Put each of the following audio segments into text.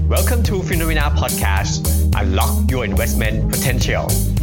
Welcome to Phenomena Podcast. Unlock your investment potential.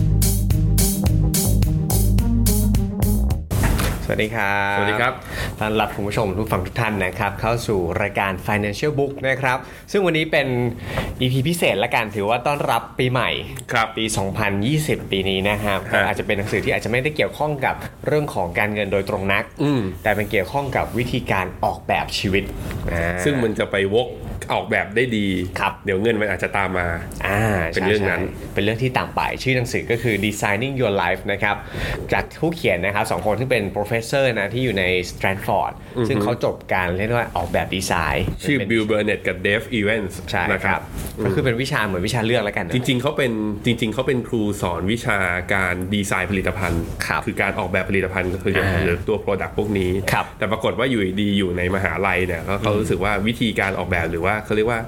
สวัสดีครับสวัสดีครับต้อนรับคุณผู้ชมทุกฝั่งทุกท่านนะครับเข้าสู่รายการ Financial Book นะครับซึ่งวันนี้เป็น EP พิเศษละกันถือว่าต้อนรับปีใหม่ปี 2020 ปีนี้นะครับอาจจะเป็นหนังสือที่อาจจะไม่ได้เกี่ยวข้องกับเรื่องของการเงินโดยตรงนักแต่เป็นเกี่ยวข้องกับวิธีการออกแบบชีวิตซึ่งมันจะไปวกออกแบบได้ดีเดี๋ยวเงินมันอาจจะตามมาเป็นเรื่องนั้นเป็นเรื่องที่ตามไปชื่อหนังสือก็คือ Designing Your Life นะครับจากผู้เขียนนะครับ2คนที่เป็น professor นะที่อยู่ใน Stanford ซึ่งเขาจบการเรียกว่าออกแบบดีไซน์ชื่อ Bill Burnett กับ Dave Evans นะครับก็คือเป็นวิชาเหมือนวิชาเลือกแล้วกันจริงๆเขาเป็นครูสอนวิชาการดีไซน์ผลิตภัณฑ์คือการออกแบบผลิตภัณฑ์ก็คือหรือตัว product พวกนี้แต่ปรากฏว่าอยู่ดีอยู่ในมหาลัยเนี่ยเขารู้สึกว่าวิธีการออกแบบหรือว่าเขาเรียกว่า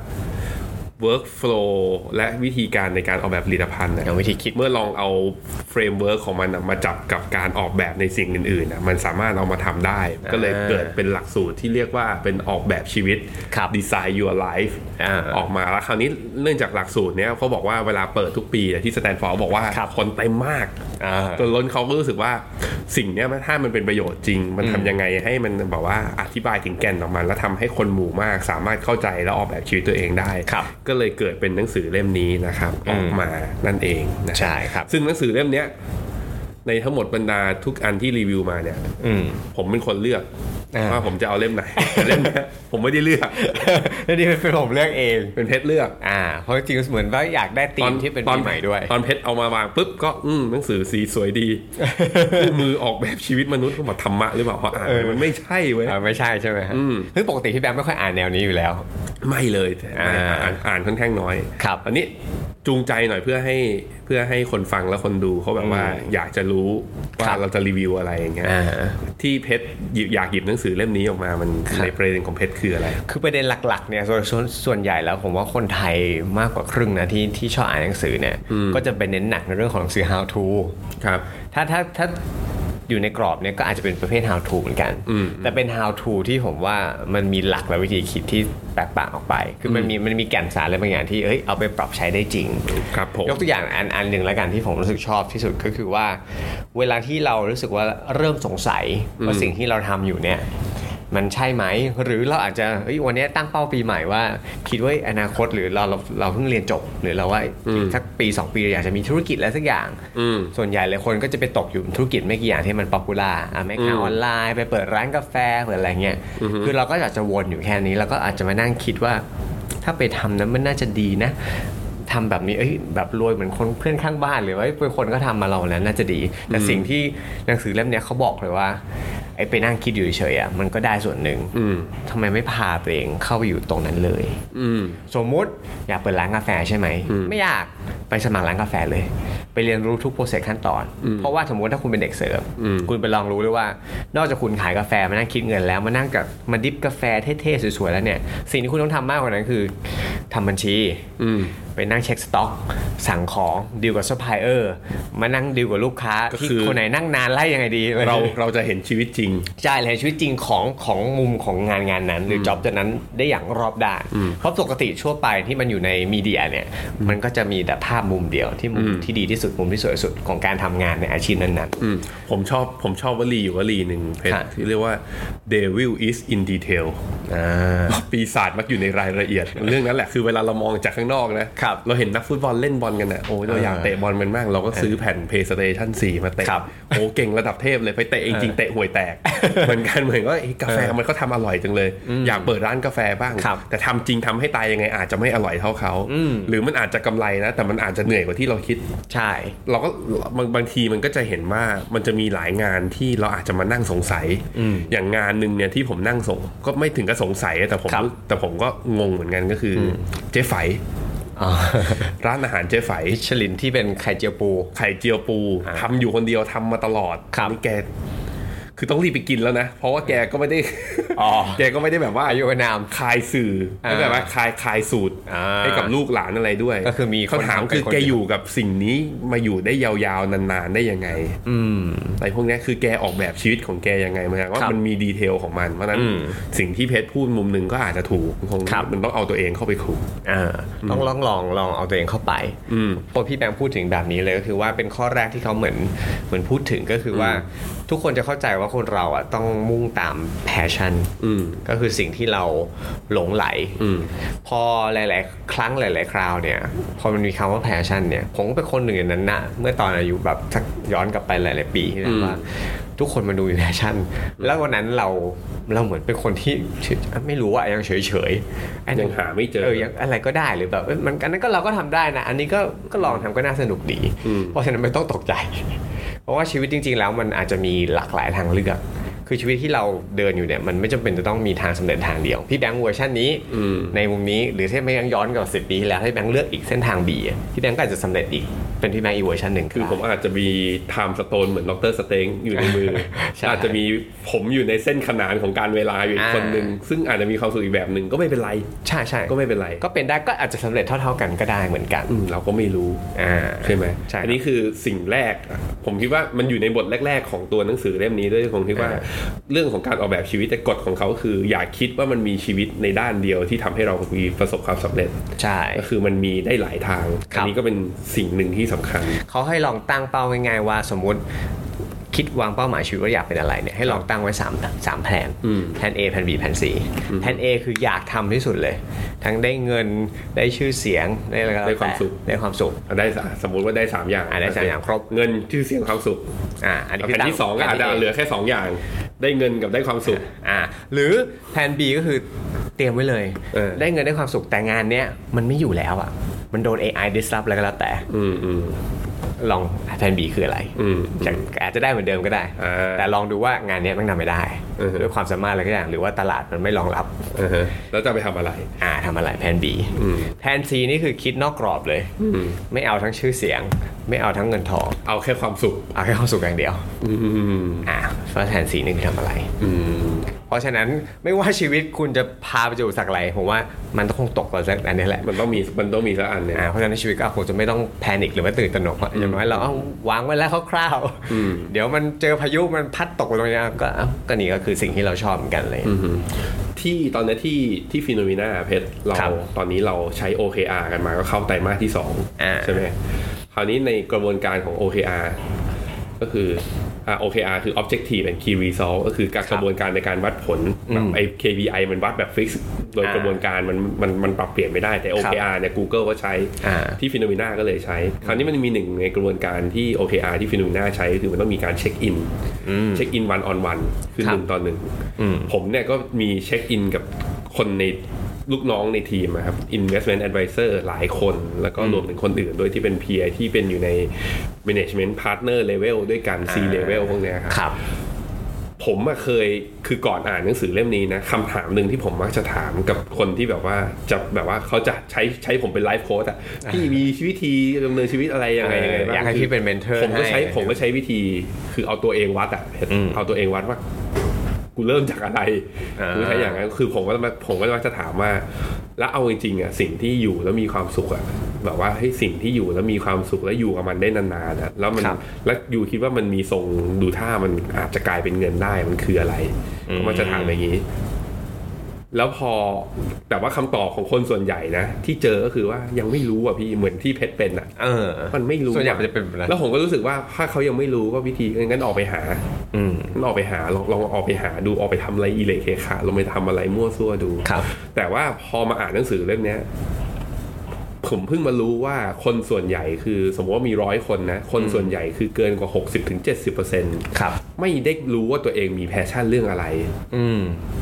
workflow และวิธีการในการออกแบบผลิตภัณฑ์วิธีคิดเมื่อลองเอา framework ของมันมาจับกับการออกแบบในสิ่งอื่นๆมันสามารถเอามาทำได้ก็เลยเกิดเป็นหลักสูตรที่เรียกว่าเป็นออกแบบชีวิต Design Your Life ออกมาแล้วคราวนี้เนื่องจากหลักสูตรเนี้ยเขาบอกว่าเวลาเปิดทุกปีที่สแตนฟอร์ดบอกว่าคนเต็มมากจนล้นเขาก็รู้สึกว่าสิ่งเนี้ยถ้ามันเป็นประโยชน์จริงมันทำยังไงให้มันแบบว่าอธิบายถึงแก่นออกมาแล้วทำให้คนหมู่มากสามารถเข้าใจและออกแบบชีวิตตัวเองได้ก็เลยเกิดเป็นหนังสือเล่มนี้นะครับออกมานั่นเองนะใช่ครับซึ่งหนังสือเล่มนี้ในทั้งหมดบรรดาทุกอันที่รีวิวมาเนี่ยผมเป็นคนเลือกว่าผมจะเอาเล่มไหนเล่มนี้ผมไม่ได้เลือกนี่เป็นผมเลือกเองเป็นเพชรเลือกเพราะจริงๆเหมือนว่าอยากได้ธีมที่เป็นปีใหม่ด้วยตอนเพชรเอามาวางปุ๊บก็หนังสือสีสวยดีมือออกแบบชีวิตมนุษย์เขาบอกธรรมะหรือเปล่าเพราะอ่านมันไม่ใช่เว้ยไม่ใช่ใช่ไหมครับคือปกติพี่แบงค์ไม่ค่อยอ่านแนวนี้อยู่แล้วไม่เลยอ่านค่อนข้างน้อยอันนี้จูงใจหน่อยเพื่อให้คนฟังและคนดูเขาแบบว่าอยากจะรู้ว่าเราจะรีวิวอะไรอย่างเงี้ยที่เพชรอยากหยิบหนังสือเล่มนี้ออกมามันในประเด็นของเพชรคืออะไรคือประเด็นหลักๆเนี่ยส่วนใหญ่แล้วผมว่าคนไทยมากกว่าครึ่งนะที่ชอบอ่านหนังสือเนี่ยก็จะเป็นเน้นหนักในเรื่องของหนังสือ how to ครับถ้าอยู่ในกรอบเนี่ยก็อาจจะเป็นประเภท how to เหมือนกันแต่เป็น how to ที่ผมว่ามันมีหลักและวิธีคิดที่แตกต่างออกไปคือมันมีแก่นสารอะไรบางอย่างที่เอาไปปรับใช้ได้จริงครับผมยกตัวอย่างอันหนึ่งแล้วกันที่ผมรู้สึกชอบที่สุดก็คือว่าเวลาที่เรารู้สึกว่าเริ่มสงสัยว่าสิ่งที่เราทำอยู่เนี่ยมันใช่ไหมหรือเราอาจจะวันนี้ตั้งเป้าปีใหม่ว่าคิดว่าอนาคตหรือเราเพิ่งเรียนจบหรือเราว่าสักปี2ปีอยากจะมีธุรกิจอะไรสักอย่างส่วนใหญ่เลยคนก็จะไปตกอยู่ธุรกิจไม่กี่อย่างที่มันป๊อปปูล่าแม่ค้าออนไลน์ไปเปิดร้านกาแฟเปิดอะไรเงี้ยคือเราก็อยากจะวนอยู่แค่นี้แล้วก็อาจจะมานั่งคิดว่าถ้าไปทำนั้นมันน่าจะดีนะทำแบบนี้แบบรวยเหมือนคนเพื่อนข้างบ้านหรือว่าเป็นคนก็ทำมาเราแล้วน่าจะดีแต่สิ่งที่หนังสือเล่มนี้เขาบอกเลยว่าไปนั่งคิดอยู่เฉยมันก็ได้ส่วนหนึ่งทำไมไม่พาตัวเองเข้าไปอยู่ตรงนั้นเลยสมมุติอยากเปิดร้านกาแฟใช่ไหมไม่อยากไปสมัครร้านกาแฟเลยไปเรียนรู้ทุกโปรเซสขั้นตอนเพราะว่าสมมติถ้าคุณเป็นเด็กเสิร์ฟคุณไปลองรู้เลยว่านอกจากคุณขายกาแฟมานั่งคิดเงินแล้วมานั่งกับมาดิฟกาแฟเท่ๆสวยๆแล้วเนี่ยสิ่งที่คุณต้องทำมากกว่านั้นคือทำบัญชีไปนั่งเช็คสต็อกสั่งของดีลกับซัพพลายเออร์มานั่งดีลกับลูกค้าที่คนไหนนั่งนานไล่ยังไงดีเราจะเห็นชีวิตจริงใช่เลยชีวิตจริงของมุมของงานนั้นหรือจ็อบนั้นได้อย่างรอบด้านเพราะปกติทั่วไปที่มันอยู่ในมีเดียเนี่ยมันก็จะมีแต่ภาพมุมเดียวที่มุมที่ดีที่สุดมุมที่สวยสุดของการทำงานในอาชีพนั้นๆผมชอบวลีอยู่วลีนึงที่เรียกว่า devil is in detail ปีศาจมักอยู่ในรายละเอียดเรื่องนั้นแหละคือเวลาเรามองจากข้างนอกนะเราเห็นนักฟุตบอลเล่นบอลกันนะโอ้เราอยากเตะบอลมันมากเราก็ซื้อแผ่น PlayStation 4 มาเตะโอ้เก่งระดับเทพเลยไปเตะจริงๆเตะห่วยแตกเหมือนกันเหมือนว่ากาแฟมันก็ทำอร่อยจังเลยอยากเปิดร้านกาแฟบ้างแต่ทำจริงทำให้ตายยังไงอาจจะไม่อร่อยเท่าเขาหรือมันอาจจะกำไรนะแต่มันอาจจะเหนื่อยกว่าที่เราคิดใช่เราก็บางทีมันก็จะเห็นว่ามันจะมีหลายงานที่เราอาจจะมานั่งสงสัยอย่างงานนึงเนี่ยที่ผมนั่งก็ไม่ถึงกับสงสัยแต่ผมก็งงเหมือนกันก็คือเจ๊ไฝร้านอาหารเจ๊ไฝมิชลินที่เป็นไข่เจียวปูทำอยู่คนเดียวทำมาตลอดนี่แกคือต้องรีบไปกินแล้วนะเพราะว่าแกก็ไม่ได้แกก็ไม่ได้แบบว่าอายุนามคายสื่อไม่แบบว่าคายสูตรให้กับลูกหลานอะไรด้วยก็คือมีคำถามคือแกอยู่กับสิ่งนี้มาอยู่ได้ยาวๆนานๆได้ยังไงอะไรพวกนี้คือแกออกแบบชีวิตของแกยังไงมาว่ามันมีดีเทลของมันเพราะนั้นสิ่งที่เพชรพูดมุมนึงก็อาจจะถูกมันต้องเอาตัวเองเข้าไปคุยต้องลองเอาตัวเองเข้าไปพอพี่แบงค์พูดถึงแบบนี้เลยก็คือว่าเป็นข้อแรกที่เขาเหมือนพูดถึงก็คือว่าทุกคนจะเข้าใจว่าคนเราอ่ะต้องมุ่งตามแพชชั่นก็คือสิ่งที่เราหลงไหลพอหลายๆครั้งหลายๆคราวเนี่ยพอมันมีคำว่าแพชชั่นเนี่ยผมเป็นคนหนึ่งในนั้นนะเมื่อตอนอายุแบบสักย้อนกลับไปหลายๆปีที่แล้วว่าทุกคนมันดูมีแพชชั่นแล้ววันนั้นเราเหมือนเป็นคนที่ไม่รู้ว่ายังเฉยๆยังหาไม่เจอยังอะไรก็ได้หรือแบบมันอันนั้นก็เราก็ทำได้นะอันนี้ก็ลองทำก็น่าสนุกดีเพราะฉะนั้นไม่ต้องตกใจเพราะว่าชีวิตจริงๆแล้วมันอาจจะมีหลากหลายทางเลือกคือชีวิตที่เราเดินอยู่เนี่ยมันไม่จำเป็นจะต้องมีทางสำเร็จทางเดียวพี่แบงค์เวอร์ชันนี้ในมุมนี้หรือถ้าไม่ย้อนกลับ10 ปีที่แล้วให้แบงค์เลือกอีกเส้นทาง B พี่แบงค์ก็อาจจะสำเร็จอีกเป็นพี่แบงค์อีกเวอร์ชันหนึ่งคือผมอาจจะมีไทม์สโตนเหมือนดร.สเต็งอยู่ในมือ อาจจะมีผมอยู่ในเส้นขนานของการเวลาอยู่คนนึงซึ่งอาจจะมีความสุขอีกแบบนึงก็ไม่เป็นไรใช่ก็ไม่เป็นไรก็เป็นได้ก็อาจจะสำเร็จเท่าๆกันก็ได้เหมือนกันเราก็ไม่รู้ใช่ไหมอันนี้คือสิ่งแรกผมคิดว่ามันอยู่ในบทแรกๆของตัวหนังสือเล่มนี้ด้วยผมคิดว่าเรื่องของการออกแบบชีวิตแต่กฎของเขาคืออย่าคิดว่ามันมีชีวิตในด้านเดียวที่ทำให้เรามีประสบความสำเร็จใช่ก็คือมันมีได้หลายทางอันนี้ก็เป็นสิ่งหนึ่งที่สำคัญเขาให้ลองตั้งเป้าง่ายๆว่าสมมุติคิดวางเป้าหมายชีวิตว่าอยากเป็นอะไรเนี่ยให้ลองตั้งไว้3แผนแผน A แผน B แผน C แผน A คืออยากทำที่สุดเลยทั้งได้เงินได้ชื่อเสียงได้ความสุขได้สมมุติว่าได้3อย่างได้3อย่างครบเงินชื่อเสียงความสุขอันนี้แผนที่2ก็อาจจะเหลือแค่2อย่างได้เงินกับได้ความสุขหรือแผน B ก็คือเตรียมไว้เลยได้เงินได้ความสุขแต่งานเนี้ยมันไม่อยู่แล้วอ่ะมันโดน AI disrupt อะไรก็แล้วแต่ลองแผน B คืออะไรอาจจะได้เหมือนเดิมก็ได้แต่ลองดูว่างานนี้มันทำไม่ได้ด้วยความสามารถอะไรก็อย่างหรือว่าตลาดมันไม่รองรับแล้วจะไปทำอะไรทำอะไรแผน B แผน C นี่คือคิดนอกกรอบเลยไม่เอาทั้งชื่อเสียงไม่เอาทั้งเงินทองเอาแค่ความสุขอย่างเดียวเพราะแผน C นี่คือทำอะไรเพราะฉะนั้นไม่ว่าชีวิตคุณจะพาไปสู่สักอะไรผมว่ามันต้องคงตกก่อนสักอันนี้แหละมันต้องมีสักอันเนี่ยเพราะฉะนั้นชีวิตก็คงจะไม่ต้องแพนิคหรือว่าตื่นตระหนกอย่างน้อยเราวางไว้แล้วคร่าวๆเดี๋ยวมันเจอพายุมันพัดตกลงมาก็นี่ก็คือสิ่งที่เราชอบเหมือนกันเลยที่ตอนนี้ที่ฟิโนเมนาเพชรเราตอนนี้เราใช้ OKR กันมาก็เข้าไตรมาสที่2ใช่ไหมคราวนี้ในกระบวนการของ OKR ก็คือOKR คือ Objective and Key Result ก็คือการกระบวนการในการวัดผลแบบไอ้ KPI มันวัดแบบฟิกซ์โดยกระบวนการมันปรับเปลี่ยนไม่ได้แต่ OKR เนี่ย Google ก็ใช้ที่ Phenomena ก็เลยใช้คราวนี้มันมีหนึ่งในกระบวนการที่ OKR ที่ Phenomena ใช้คือมันต้องมีการเช็คอิน one on one คือ1ต่อ1ผมเนี่ยก็มีเช็คอินกับคนในลูกน้องในทีมครับ investment advisor หลายคนแล้วก็รวมถึงคนอื่นด้วยที่เป็น peer ที่เป็นอยู่ใน management partner level ด้วยกัน C level พวกนี้ครับผมเคยคือก่อนอ่านหนังสือเล่มนี้นะคำถามหนึ่งที่ผมมักจะถามกับคนที่แบบว่าจะแบบว่าเขาจะใช้ผมเป็นไลฟ์โค้ชพี่มีวิธีดำเนินชีวิตอะไรยังไงบ้างอยากให้พี่เป็นเมนเทอร์ผมก็ใช้วิธีคือเอาตัวเองวัดเอาตัวเองวัดว่ากูเริ่มจากอะไรกูใช้อย่างนั้นคือผมก็มักจะถามว่าแล้วเอาจริงๆสิ่งที่อยู่แล้วมีความสุขแบบว่าให้สิ่งที่อยู่แล้วมีความสุขแล้วอยู่กับมันได้นานๆแล้วอยู่คิดว่ามันมีทรงดูท่ามันอาจจะกลายเป็นเงินได้มันคืออะไรก็มักจะถามอย่างนี้แล้วพอแต่ว่าคำตอบของคนส่วนใหญ่นะที่เจอก็คือว่ายังไม่รู้พี่เหมือนที่เพชรเป็นมันไม่รู้ส่วนใหญ่มันจะเป็นแล้วผมก็รู้สึกว่าถ้าเขายังไม่รู้ก็วิธีงั้นออกไปหาลองออกไปหาดูออกไปทำอะไรอิเล็กเคขาลงไปทำอะไรมั่วซั่วดูแต่ว่าพอมาอ่านหนังสือเล่มนี้ผมเพิ่งมารู้ว่าคนส่วนใหญ่คือสมมติว่ามี100 คนนะคนส่วนใหญ่คือเกินกว่า 60-70% ไม่ได้รู้ว่าตัวเองมีแพชชั่นเรื่องอะไร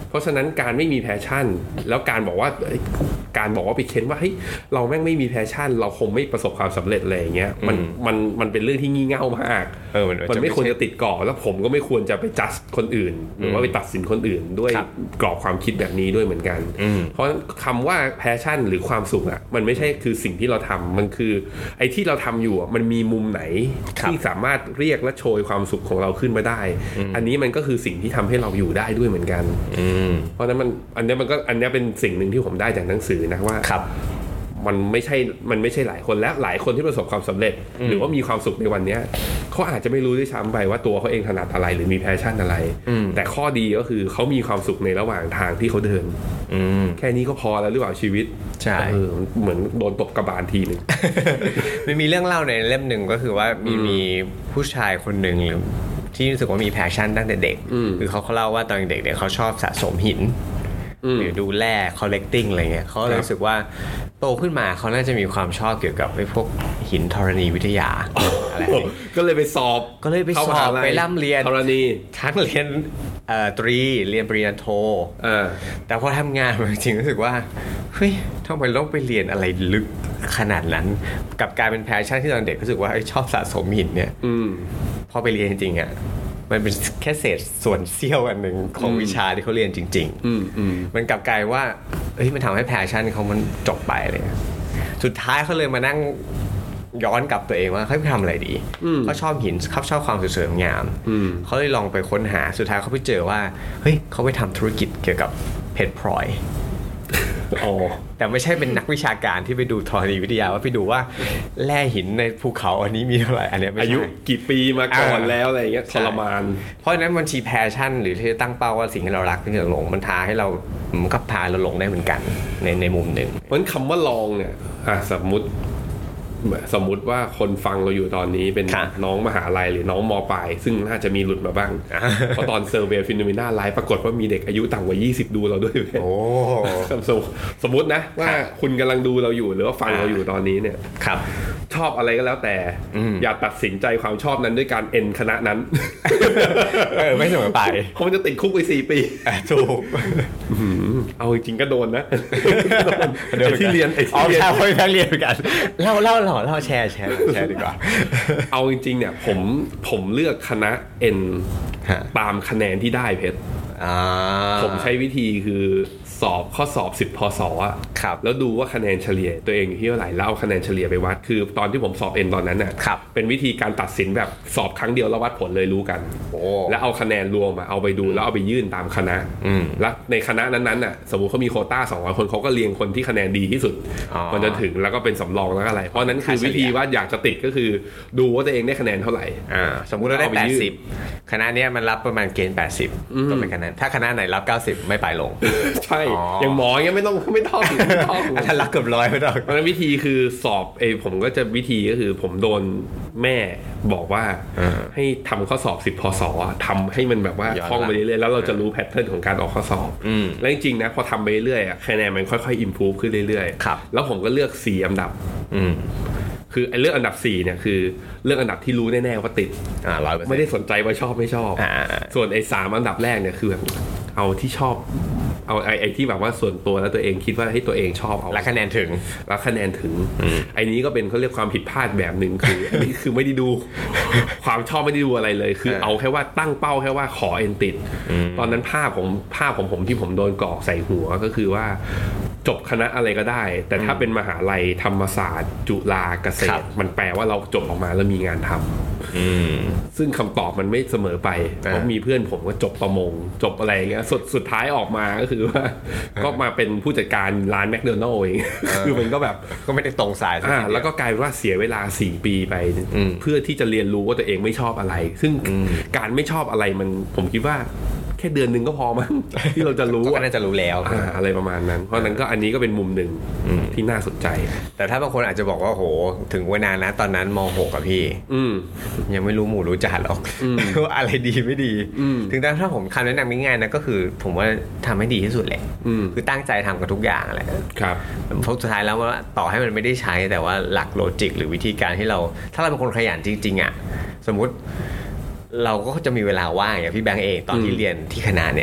เพราะฉะนั้นการไม่มีแพชชั่นแล้วการบอกว่าไปเค้นว่าเฮ้ยเราแม่งไม่มีแพชชั่นเราคงไม่ประสบความสำเร็จอะไรอย่างเงี้ยมันเป็นเรื่องที่งี่เง่ามากมันไม่ควรจะติดเกาะแล้วผมก็ไม่ควรจะไปจัดคนอื่นหรือว่าไปตัดสินคนอื่นด้วยกรอบความคิดแบบนี้ด้วยเหมือนกันเพราะคำว่าแพชชั่นหรือความสุขอ่ะมันไม่ใช่คือสิ่งที่เราทำมันคือไอ้ที่เราทำอยู่มันมีมุมไหนที่สามารถเรียกและโชยความสุขของเราขึ้นมาได้อันนี้มันก็คือสิ่งที่ทำให้เราอยู่ได้ด้วยเหมือนกันเพราะฉะนั้นอันนี้เป็นสิ่งหนึ่งที่ผมได้จากหนังสือนะว่ามันไม่ใช่หลายคนและหลายคนที่ประสบความสำเร็จหรือว่ามีความสุขในวันนี้เขาอาจจะไม่รู้ด้วยซ้ำไปว่าตัวเขาเองถนัดอะไรหรือมีแพชชั่นอะไรแต่ข้อดีก็คือเขามีความสุขในระหว่างทางที่เขาเดินแค่นี้ก็พอแล้วหรือเปล่าชีวิตใช่เหมือนโดนตบกระบาลทีนึงมันมีเรื่องเล่าในเล่มหนึ่งก็คือว่ามีผู้ชายคนหนึ่งหรือที่รู้สึกว่ามีแพชชั่นตั้งแต่เด็กคือเขาเล่าว่าตอนเด็กเนี่ยเขาชอบสะสมหินหรือดูแล collecting อะไรเงี้ยเขาเลยรู้สึกว่าโตขึ้นมาเขาน่าจะมีความชอบเกี่ยวกับพวกหินธรณีวิทยาอะไรก็เลยไปสอบไปร่ำเรียนธรณีทั้งเรียนตรีเรียนปริญญาโทแต่พอทำงานจริงรู้สึกว่าเฮ้ยทำไมต้องไปเรียนอะไรลึกขนาดนั้นกับการเป็นแพชชั่นที่ตอนเด็กรู้สึกว่าชอบสะสมหินเนี่ยพอไปเรียนจริงๆอ่ะมันเป็นแค่เศษส่วนเสี้ยวอันหนึ่งของวิชาที่เขาเรียนจริงๆมันกลับกลายว่ามันทำให้แพชชั่นเขามันจบไปเลยสุดท้ายเขาเลยมานั่งย้อนกลับตัวเองว่าเขาไปทำอะไรดีเขาชอบหินเขาชอบความสวยงามเขาเลยลองไปค้นหาสุดท้ายเขาไปเจอว่าเฮ้ยเขาไปทำธุรกิจเกี่ยวกับเพชรพลอยแต่ไม่ใช่เป็นนักวิชาการที่ไปดูธรณีวิทยาว่าไปดูว่าแร่หินในภูเขาอันนี้มีเท่าไหร่อันนี้ไม่ใช่อายุกี่ปีมาก่อนแล้วอะไรอย่างเงี้ยทรมานเพราะฉะนั้นบางทีแพชชั่นหรือที่ตั้งเป้าว่าสิ่งที่เรารักที่เราหลงมันพาให้เรามันก็พาเราหลงได้เหมือนกันในมุมหนึ่งเพราะคำว่าลองเนี่ยสมมุติว่าคนฟังเราอยู่ตอนนี้เป็นน้องมหาลัยหรือน้องม.ปลายซึ่งน่าจะมีหลุดมาบ้างเพราะตอนเซอร์เวย์ฟิโนเมนาไลฟ์ปรากฏว่ามีเด็กอายุต่ำกว่า20ดูเราด้วยโอ้สมมุตินะว่าคุณกำลังดูเราอยู่หรือว่าฟังเราอยู่ตอนนี้เนี่ยชอบอะไรก็แล้วแต่อย่าตัดสินใจความชอบนั้นด้วยการเอ็นคณะนั้นไม่เสมอไปเขาจะติดคุกไป4 ปีถูกเอาจริงก็โดนนะที่เรียนเอาใช่เพราะทั้งเรียนเหมือนกันเล่าแชร์ดีกว่าเอาจริงๆเนี่ยผมเลือกคณะ N ตามคะแนนที่ได้เพชรผมใช้วิธีคือสอบข้อสอบ10 พศอ่ะแล้วดูว่าคะแนนเฉลี่ยตัวเองที่เท่าไหร่แล้วเอาคะแนนเฉลี่ยไปวัดคือตอนที่ผมสอบ N ตอนนั้นน่ะเป็นวิธีการตัดสินแบบสอบครั้งเดียวแล้ววัดผลเลยรู้กันแล้วเอาคะแนนรวมเอาไปดูแล้วเอาไปยื่นตามคณะแล้วในคณะนั้นๆน่ะสมมุติเขามีโควต้า200 คนเขาก็เรียงคนที่คะแนนดีที่สุดมันจะถึงแล้วก็เป็นสำรองแล้วอะไรเพราะนั้นคือวิธีว่าอยากจะติดก็คือดูว่าตัวเองได้คะแนนเท่าไหร่สมมุติเราได้80คณะนี้มันรับประมาณเกณฑ์80ก็เป็นคะแนนถ้าคณะไหนรับ90ไม่ไปลงใช่อย่างหมออย่างเงี้ยไม่ต้องอันนั้นรักเกือบ100ไม่ต้องเพราะฉะนั้นวิธีคือสอบผมก็จะวิธีก็คือผมโดนแม่บอกว่าให้ทำข้อสอบ10 พศทำให้มันแบบว่าท่องไปเรื่อยๆแล้วเราจะรู้แพทเทิร์นของการออกข้อสอบแล้วจริงๆนะพอทำไปเรื่อยๆคะแนนมันค่อยๆอิมพรูฟขึ้นเรื่อยๆแล้วผมก็เลือก4 อันดับคือไอ้เลือกอันดับ4เนี่ยคือเลือกอันดับที่รู้แน่ๆว่าติดไม่ได้สนใจว่าชอบไม่ชอบส่วนไอ้3 อันดับแรกเนี่ยคือแบบเอาที่ชอบเอาไอ้ที่แบบว่าส่วนตัวแล้วตัวเองคิดว่าให้ตัวเองชอบเอาแล้วคะแนนถึงไอ้นี้ก็เป็นเขาเรียกความผิดพลาดแบบนึงคืออันนี้คือไม่ได้ดูความชอบไม่ได้ดูอะไรเลยคือเอาแค่ว่าตั้งเป้าแค่ว่าขอเอ็นติดตอนนั้นภาพของผมที่ผมโดนกรอกใส่หัวก็คือว่าจบคณะอะไรก็ได้แต่ถ้าเป็นมหาลัยธรรมศาสตร์จุฬาเกษตรมันแปลว่าเราจบออกมาแล้วมีงานทำซึ่งคำตอบมันไม่เสมอไปเพราะมีเพื่อนผมก็จบประมงจบอะไรเงี้ยสุดท้ายออกมาก็คือว่าก็มาเป็นผู้จัดการร้านแมคโดนัลด์เองคือมันก็แบบก็ไม่ได้ตรงสายแล้วก็กลายเป็นว่าเสียเวลา4 ปีไปเพื่อที่จะเรียนรู้ว่าตัวเองไม่ชอบอะไรซึ่งการไม่ชอบอะไรมันผมคิดว่าแค่เดือนนึงก็พอมั้งที่เราจะรู้ก็น่าจะรู้แล้วอะไรประมาณนั้นเพราะนั้นก็อันนี้ก็เป็นมุมหนึ่งที่น่าสนใจแต่ถ้าบางคนอาจจะบอกว่าโหถึงเวลานะตอนนั้นม.6 กับพี่ยังไม่รู้หมู่รู้จักหรอกว่าอะไรดีไม่ดีถึงถ้าผมคำแนะนำง่ายๆนะก็คือผมว่าทำให้ดีที่สุดแหละคือตั้งใจทำกับทุกอย่างแหละครับเพราะสุดท้ายแล้วว่าต่อให้มันไม่ได้ใช้แต่ว่าหลักโลจิกหรือวิธีการที่เราถ้าเราเป็นคนขยันจริงๆอ่ะสมมุติเราก็จะมีเวลาว่างอย่างพี่แบงค์เองตอนที่เรียนที่คณะเนี่ย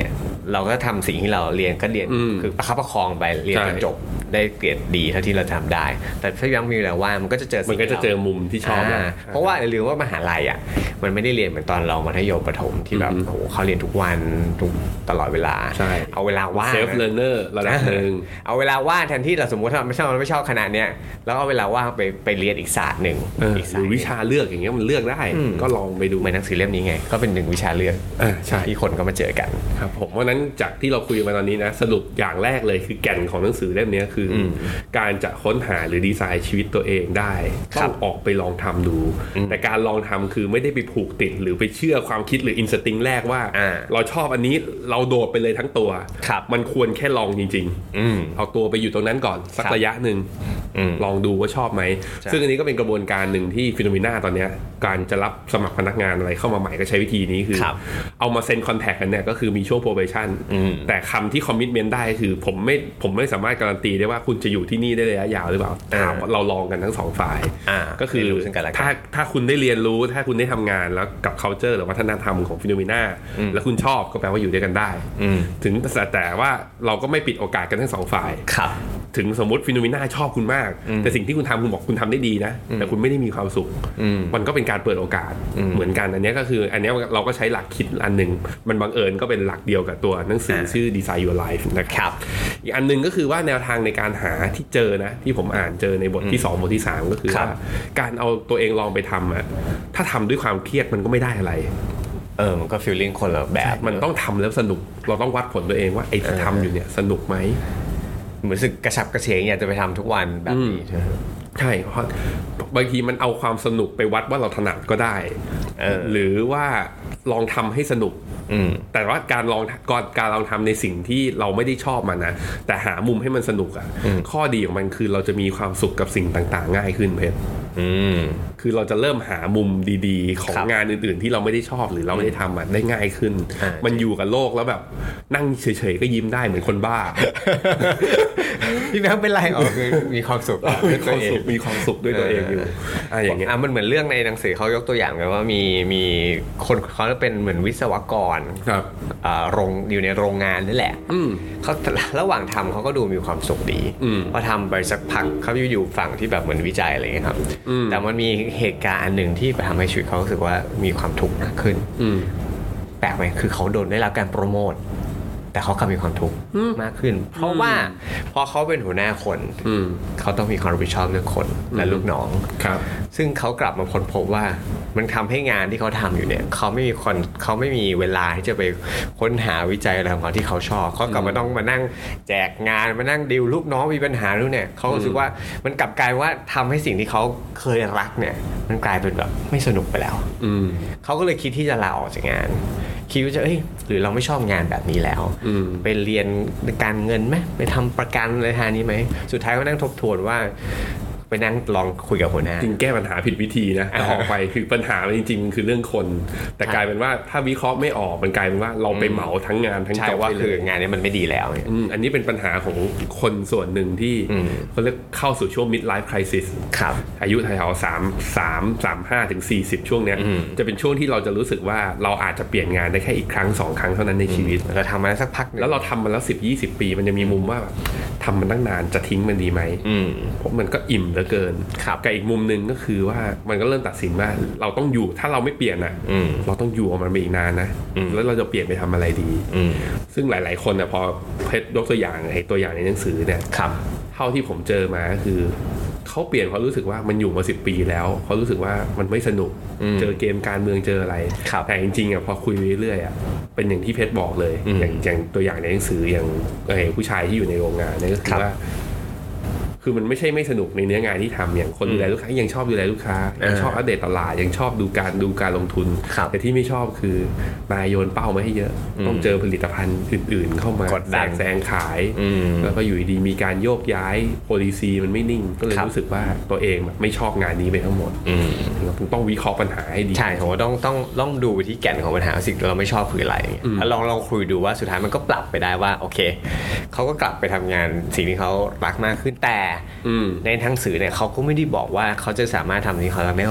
เราก็ทำสิ่งที่เราเรียนก็เรียนคือประคับประคองไปเรียนจนจบได้เกรดดีเท่าที่เราทำได้แต่ถ้ายังมีเวลาว่างมันก็จะเจอมันก็จะเจอมุมที่ชอบเพราะว่าอย่าลืมว่ามหาลัยอ่ะมันไม่ได้เรียนเหมือนตอนเรามัธยมประถมที่แบบโอ้โหเขาเรียนทุกวันทุกตลอดเวลาเอาเวลาว่างเซฟเลิร์นเนอร์ระดับนึงเอาเวลาว่างแทนที่เราสมมติถ้าไม่ชอบคณะเนี้ยแล้วเอาเวลาว่างไปเรียนอีกศาสตร์นึงหรือวิชาเลือกอย่างเงี้ยมันเลือกได้ก็ลองไปดูเหมือนหนังสือเล่มนี้ไงก็เป็น1วิชาเลือกใช่ที่คนก็มาเจอกันครับผมเพราะนั้นจากที่เราคุยมาตอนนี้นะสรุปอย่างแรกเลยคือแก่นของหนังสือเล่มนี้คือการจะค้นหาหรือดีไซน์ชีวิตตัวเองได้ต้องออกไปลองทำดูแต่การลองทำคือไม่ได้ไปผูกติดหรือไปเชื่อความคิดหรืออินสติ้งแรกว่าเราชอบอันนี้เราโดดไปเลยทั้งตัวมันควรแค่ลองจริงๆเอาตัวไปอยู่ตรงนั้นก่อนสักระยะนึงลองดูว่าชอบไหมซึ่งอันนี้ก็เป็นกระบวนการหนึ่งที่ฟิโนเมนาตอนนี้การจะรับสมัครพนักงานอะไรเข้ามาใหม่ก็ใช้วิธีนี้คือเอามาเซ็นคอนแทคกันเนี่ยก็คือมีช่วง probation แต่คำที่คอมมิตเมนต์ได้คือผมไม่สามารถการันตีได้ว่าคุณจะอยู่ที่นี่ได้ระยะยาวหรือเปล่าเราลองกันทั้งสองฝ่ายก็คือถ้าคุณได้เรียนรู้ถ้าคุณได้ทำงานแล้วกับ culture หรือวัฒนธรรมของฟิโนเมนาแล้วคุณชอบก็แปลว่าอยู่ด้วยกันได้ถึงแต่ว่าเราก็ไม่ปิดโอกาสกันทั้งสองฝ่ายถึงสมมติฟิโนเมนาชอบคุณมากแต่สิ่งที่คุณทำคุณบอกคุณทำได้ดีนะแต่คุณไม่ได้มีความสุขมันก็เป็นการเปิดโอกาสเหมือนกันอันนี้ก็คืออันนี้เราก็ใช้หลักคิดอันนึงมันบังเอิญก็เป็นหลักเดียวกับตัวหนังสือชื่อ Design Your Life นะครับอีกอันนึงก็คือว่าแนวทางในการหาที่เจอนะที่ผมอ่านเจอในบทที่2บทที่3ก็คือว่าการเอาตัวเองลองไปทำอ่ะถ้าทำด้วยความเครียดมันก็ไม่ได้อะไรมันก็ฟีลลิ่งคนละแบบมันต้องทำแล้วสนุกเราต้องวัดผลตัวเองว่าไอ้ที่ทำอยู่เนี่ยสนุกไหมเหมือนสึกกระฉับกระเฉงอยากจะไปทำทุกวันแบบนี้ใช่เพราะบางทีมันเอาความสนุกไปวัดว่าเราถนัดก็ได้หรือว่าลองทำให้สนุกแต่ว่าการลองทำในสิ่งที่เราไม่ได้ชอบมันนะแต่หามุมให้มันสนุกอ่ะข้อดีของมันคือเราจะมีความสุขกับสิ่งต่างๆง่ายขึ้นเพชรคือเราจะเริ่มหามุมดีๆของงานอื่นๆที่เราไม่ได้ชอบหรือเราไม่ได้ทำได้ง่ายขึ้นมันอยู่กับโลกแล้วแบบนั่งเฉยๆก็ยิ้มได้เหมือนคนบ้าพี่แม่เป็นไรคือมีความสุขมีความสุขด้วยตัวเองอยู่อย่างเงี้ยมันเหมือนเรื่องในหนังสือเขายกตัวอย่างเลยว่ามีคนเขาเป็นเหมือนวิศวกรอยู่ในโรงงานนี่แหละเขาระหว่างทำเขาก็ดูมีความสุขดีพอทำไปสักพักเขาอยู่ฝั่งที่แบบเหมือนวิจัยอะไรเงี้ยครับแต่มันมีเหตุการณ์หนึ่งที่ทำให้ชีวิตเขารู้สึกว่ามีความทุกข์มากขึ้นแปลกไหมคือเขาโดนได้รับการโปรโมทแต่เขากลับมีความทุกข์มากขึ้นเพราะว่าพอเขาเป็นหัวหน้าคนเขาต้องมีความรับผิดชอบเรื่องคนและลูกน้องซึ่งเขากลับมาค้นพบว่ามันทำให้งานที่เขาทำอยู่เนี่ยเขาไม่มีเวลาที่จะไปค้นหาวิจัยอะไรของเขาที่เขาชอบเขากลับมาต้องมานั่งแจกงานมานั่งดีลลูกน้องมีปัญหาด้วยเนี่ยเขารู้สึกว่ามันกลับกลายว่าทำให้สิ่งที่เขาเคยรักเนี่ยมันกลายเป็นแบบไม่สนุกไปแล้วเขาก็เลยคิดที่จะลาออกจากงานคิดว่าจะหรือเราไม่ชอบงานแบบนี้แล้วไปเรียนการเงินไหมไปทำประกันอะไรทางนี้ไหมสุดท้ายก็นั่งทบทวนว่าไปนั่งลองคุยกับหัวหน้าจริงแก้ปัญหาผิดวิธีนะแต่ออกไปคือปัญหาจริงๆคือเรื่องคนแต่กลายเป็นว่าถ้าวิเคราะห์ไม่ออกมันกลายเป็นว่าเราไปเหมาทั้งงานทั้งจบว่าคืองานนี้มันไม่ดีแล้วอันนี้เป็นปัญหาของคนส่วนหนึ่งที่เขาเรียกเข้าสู่ช่วง mid life crisis อายุแถว35ถึง40ช่วงเนี้ยจะเป็นช่วงที่เราจะรู้สึกว่าเราอาจจะเปลี่ยนงานได้แค่อีกครั้ง2ครั้งเท่านั้นในชีวิตเราทำมาสักพักแล้วเราทำมาแล้ว10-20 ปีมันจะมีมุมว่าแบบทำมันตั้งนานจะทิ้งมันดีไหมเพราะมันก็อิ่มเหลือเกินกับอีกมุมนึงก็คือว่ามันก็เริ่มตัดสินว่าเราต้องอยู่ถ้าเราไม่เปลี่ยนเราต้องอยู่กับมันไปอีกนานนะแล้วเราจะเปลี่ยนไปทำอะไรดีซึ่งหลายๆคนพอเพชรยกตัวอย่างตัวอย่างในหนังสือเนี่ยเท่าที่ผมเจอมาคือเขาเปลี่ยนเพราะรู้สึกว่ามันอยู่มา10 ปีแล้วเขารู้สึกว่ามันไม่สนุกเจอเกมการเมืองเจออะไรแต่จริงๆพอคุยไปเรื่อยๆเป็นอย่างที่เพชรบอกเลยอย่างตัวอย่างในหนังสืออย่างผู้ชายที่อยู่ในโรงงานนี่ก็คือว่าคือมันไม่ใช่ไม่สนุกในเนื้องานที่ทำอย่างคนดูแลลูกค้ายังชอบดูแลลูกค้ายังชอบอัปเดตตลาดยังชอบดูการลงทุนแต่ที่ไม่ชอบคือนายโยนเป้ามาให้เยอะต้องเจอผลิตภัณฑ์อื่นๆเข้ามากดแซงขายแล้วก็อยู่ดีมีการโยกย้าย policy มันไม่นิ่งก็เลยรู้สึกว่าตัวเองไม่ชอบงานนี้ไปทั้งหมดต้องวิเคราะห์ปัญหาให้ดีใช่ผมว่าต้องดูไปที่แก่นของปัญหาสิ่งที่เราไม่ชอบคืออะไรแล้วลองคุยดูว่าสุดท้ายมันก็ปรับไปได้ว่าโอเคเขาก็กลับไปทำงานสิ่งที่เขารักมากขึ้นแต่ในหนังสือเนี่ยเขาก็ไม่ได้บอกว่าเขาจะสามารถทำที่เขาได้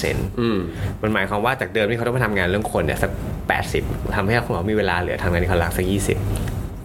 100% มันหมายความว่าจากเดิมที่เขาต้องมาทำงานเรื่องคนเนี่ยสัก80ทำให้เขามีเวลาเหลือทำงานที่เขารักสัก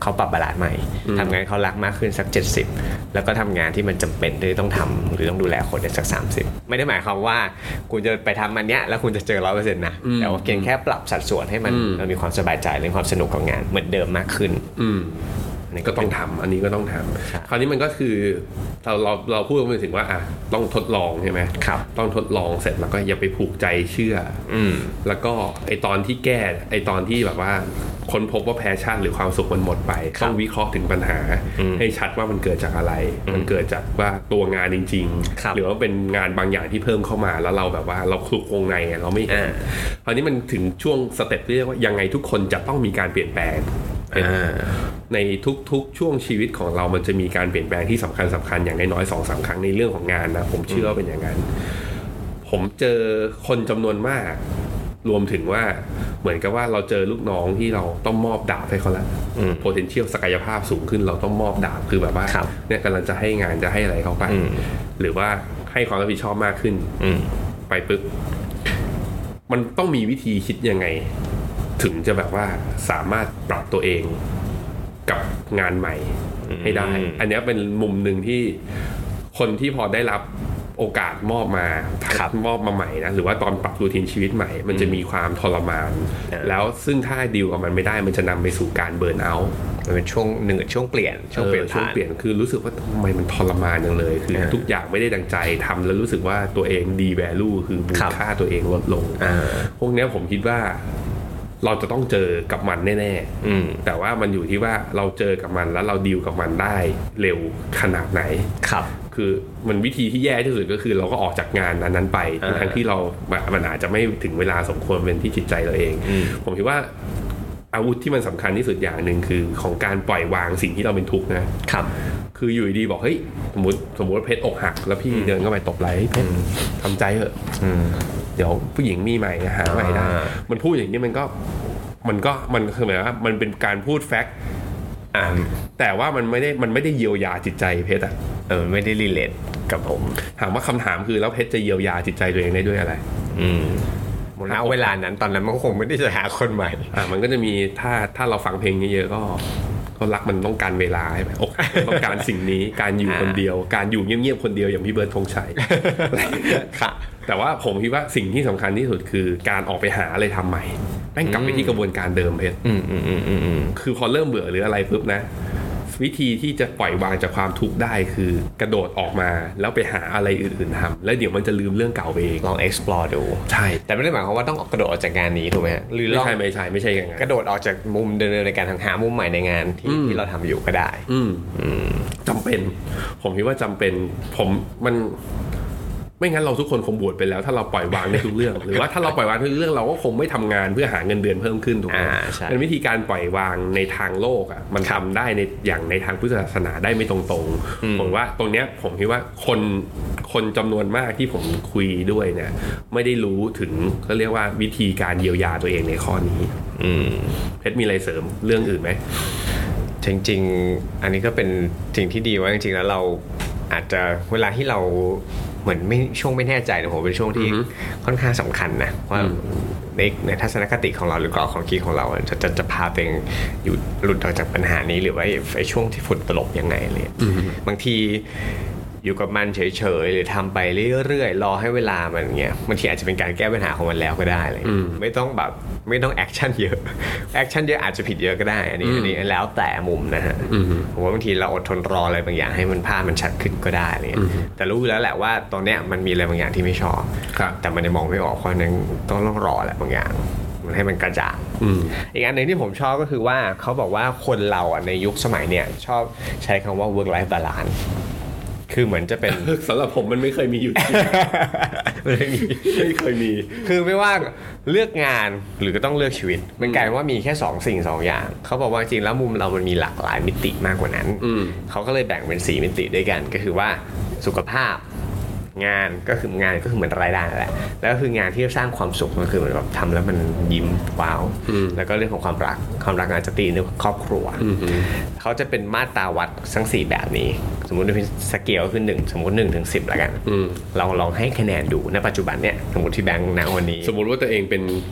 เขาปรับบาลานซ์ใหม่ทำงานเขารักมากขึ้นสัก70แล้วก็ทำงานที่มันจำเป็นที่ต้องทำหรือต้องดูแลคนสัก30ไม่ได้หมายความว่าคุณจะไปทำมันเนี้ยแล้วคุณจะเจอ 100% นะแต่ว่าเพียงแค่ปรับสัดส่วนให้มันมีความสบายใจและความสนุกกับงานเหมือนเดิมมากขึ้นก็ต้องทำอันนี้ก็ต้องทำคราวนี้มันก็คือเราพูดไปถึงว่าต้องทดลองใช่ไหมครับต้องทดลองเสร็จแล้วก็อย่าไปผูกใจเชื่อแล้วก็ไอตอนที่แก้ไอตอนที่แบบว่าค้นพบว่าแพชชั่นหรือความสุขมันหมดไปต้องวิเคราะห์ถึงปัญหาให้ชัดว่ามันเกิดจากอะไรมันเกิดจากว่าตัวงานจริงๆหรือว่าเป็นงานบางอย่างที่เพิ่มเข้ามาแล้วเราแบบว่าเราคลุกวงในเราไม่เห็นคราวนี้มันถึงช่วงสเต็ปที่เรียกว่ายังไงทุกคนจะต้องมีการเปลี่ยนแปลงในทุกช่วงชีวิตของเรามันจะมีการเปลี่ยนแปลงที่สำคัญอย่างน้อยๆ 2-3 ครั้งในเรื่องของงานนะผมเชื่อว่าเป็นอย่างนั้นผมเจอคนจำนวนมากรวมถึงว่าเหมือนกับว่าเราเจอลูกน้องที่เราต้องมอบดาบให้เขาแล้ว potential ศักยภาพสูงขึ้นเราต้องมอบดาบคือแบบว่าเนี่ยกำลังจะให้งานจะให้อะไรเขาไปหรือว่าให้ความรับผิดชอบมากขึ้นไปปึ๊บมันต้องมีวิธีคิดยังไงถึงจะแบบว่าสามารถปรับตัวเองกับงานใหม่ให้ได้อันนี้เป็นมุมหนึ่งที่คนที่พอได้รับโอกาสมอบมาใหม่นะหรือว่าตอนปรับรูทีนชีวิตใหม่มันจะมีความทรมานแล้วซึ่งถ้าดีลกับมันไม่ได้มันจะนำไปสู่การเบิร์นเอาท์มันเป็นช่วงหนึ่งช่วงเปลี่ยนคือรู้สึกว่าทำไมมันทรมานจังเลยคือทุกอย่างไม่ได้ดังใจทำแล้วรู้สึกว่าตัวเองดีแวลูคือมูลค่าตัวเองลดลงพวกนี้ผมคิดว่าเราจะต้องเจอกับมันแน่ๆแต่ว่ามันอยู่ที่ว่าเราเจอกับมันแล้วเราดีลกับมันได้เร็วขนาดไหนครับคือมันวิธีที่แย่ที่สุดก็คือเราก็ออกจากงานนั้นไปทั้งที่เรามันอาจจะไม่ถึงเวลาสมควรเป็นที่จิตใจเราเองผมคิดว่าอาวุธที่มันสำคัญที่สุดอย่างหนึ่งคือของการปล่อยวางสิ่งที่เราเป็นทุกข์นะครับคืออยู่ดีบอกเฮ้ยสมมติว่าเพชรอกหักแล้วพี่เดินเข้าไปตบไหล่เพชรทำใจเถอะเดี๋ยวผู้หญิงมีใหม่หาใหม่ได้มันพูดอย่างนี้มันคือหมายว่ามันเป็นการพูดแฟกต์แต่ว่ามันไม่ได้เยียวยาจิตใจเพชรไม่ได้รีเลทกับผมถามว่าคำถามคือแล้วเพชรจะเยียวยาจิตใจตัวเองได้ด้วยอะไรณเวลานั้นตอนนั้นมันคงไม่ได้จะหาคนใหม่มันก็จะมีถ้าเราฟังเพลงเยอะๆก็รักมันต้องการเวลาใช่ไหมต้องการสิ่งนี้การอยู่คนเดียวการอยู่เงียบๆคนเดียวอย่างพี่เบิร์ดธงชัยแต่ว่าผมคิดว่าสิ่งที่สำคัญที่สุดคือการออกไปหาอะไรทำใหม่แม่งกลับไปที่กระบวนการเดิมเพชรคือพอเริ่มเบื่อหรืออะไรปุ๊บนะวิธีที่จะปล่อยวางจากความทุกข์ได้คือกระโดดออกมาแล้วไปหาอะไรอื่นๆทำแล้วเดี๋ยวมันจะลืมเรื่องเก่าไปเองลอง explore ดูใช่แต่ไม่ได้หมายความว่าต้องกระโดดออกจากงานนี้ถูกไหมหรือไม่ใช่อย่างนั้นกระโดดออกจากมุมเดิมในการหามุมใหม่ในงานที่เราทำอยู่ก็ได้จำเป็นผมคิดว่าจำเป็นมันไม่งั้นเราทุกคนคงบวชไปแล้วถ้าเราปล่อยวางในทุกเรื่องหรือว่าถ้าเราปล่อยวางทุกเรื่องเราก็คงไม่ทำงานเพื่อหาเงินเดือนเพิ่มขึ้นถูกไหมเป็นวิธีการปล่อยวางในทางโลกมันทำได้ในอย่างในทางพุทธศาสนาได้ไม่ตรงๆผมว่าตรงเนี้ยผมคิดว่าคนจำนวนมากที่ผมคุยด้วยเนี่ยไม่ได้รู้ถึงก็เรียกว่าวิธีการเยียวยาตัวเองในข้อนี้เพชรมีอะไรเสริมเรื่องอื่นไหมจริงๆอันนี้ก็เป็นสิ่งที่ดีว่าจริงๆแล้วเราอาจจะเวลาที่เราเหมือนช่วงไม่แน่ใจนะผมเป็นช่วงที่ค่อนข้างสำคัญนะว่าในทัศนคติของเราหรือกรอบของคิดของเราจะพาตัวเองอยู่หลุดออกจากปัญหานี้หรือว่าไอ้ช่วงที่ฝุ่นตลบยังไงเลยบางทีอยู่กับมันเฉยๆหรือทำไปเรื่อยๆรอให้เวลามันเงี้ยบางทีอาจจะเป็นการแก้ปัญหาของมันแล้วก็ได้เลยไม่ต้องแอคชั่นเยอะแอคชั่นเยอะอาจจะผิดเยอะก็ได้อันนี้แล้วแต่มุมนะฮะผมว่าบางทีเราอดทนรออะไรบางอย่างให้มันภาพมันชัดขึ้นก็ได้เลยแต่รู้แล้วแหละว่าตอนเนี้ยมันมีอะไรบางอย่างที่ไม่ชอบแต่มันยังมองไม่ออกเพราะนั้นต้องรอแหละบางอย่างมันให้มันกระจ่างอีกอันหนึ่งที่ผมชอบก็คือว่าเขาบอกว่าคนเราในยุคสมัยเนี่ยชอบใช้คำว่า work life balanceคือเหมือนจะเป็นสำหรับผมมันไม่เคยมีอยู่จริงไม่เคยมีคือไม่ว่าเลือกงานหรือก็ต้องเลือกชีวิตมันกลายว่ามีแค่2สิ่ง2อย่างเขาบอกว่าจริงแล้วมุมเรามันมีหลากหลายมิติมากกว่านั้นเขาก็เลยแบ่งเป็น4มิติด้วยกันก็คือว่าสุขภาพงานก็คือเหมือนรายได้แหละแล้วก็คืองานที่สร้างความสุขก็คือเหมือนแบบทำแล้วมันยิ้มว้าวแล้วก็เรื่องของความรักอาจจะตีในครอบครัวเขาจะเป็นมาตราวัดทั้ง4แบบนี้สมมุติเป็นสเกลคือ1สมมุติ1ถึง10แล้วกันเราลองให้คะแนนดูณปัจจุบันเนี่ยสมมุติที่แบงค์ณวันนี้สมมุติว่าตัวเองเป็น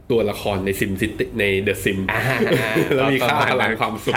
ตัวละครในซิมซิตี้ในเดอะซิมแล้วมีค่าพลังความสุข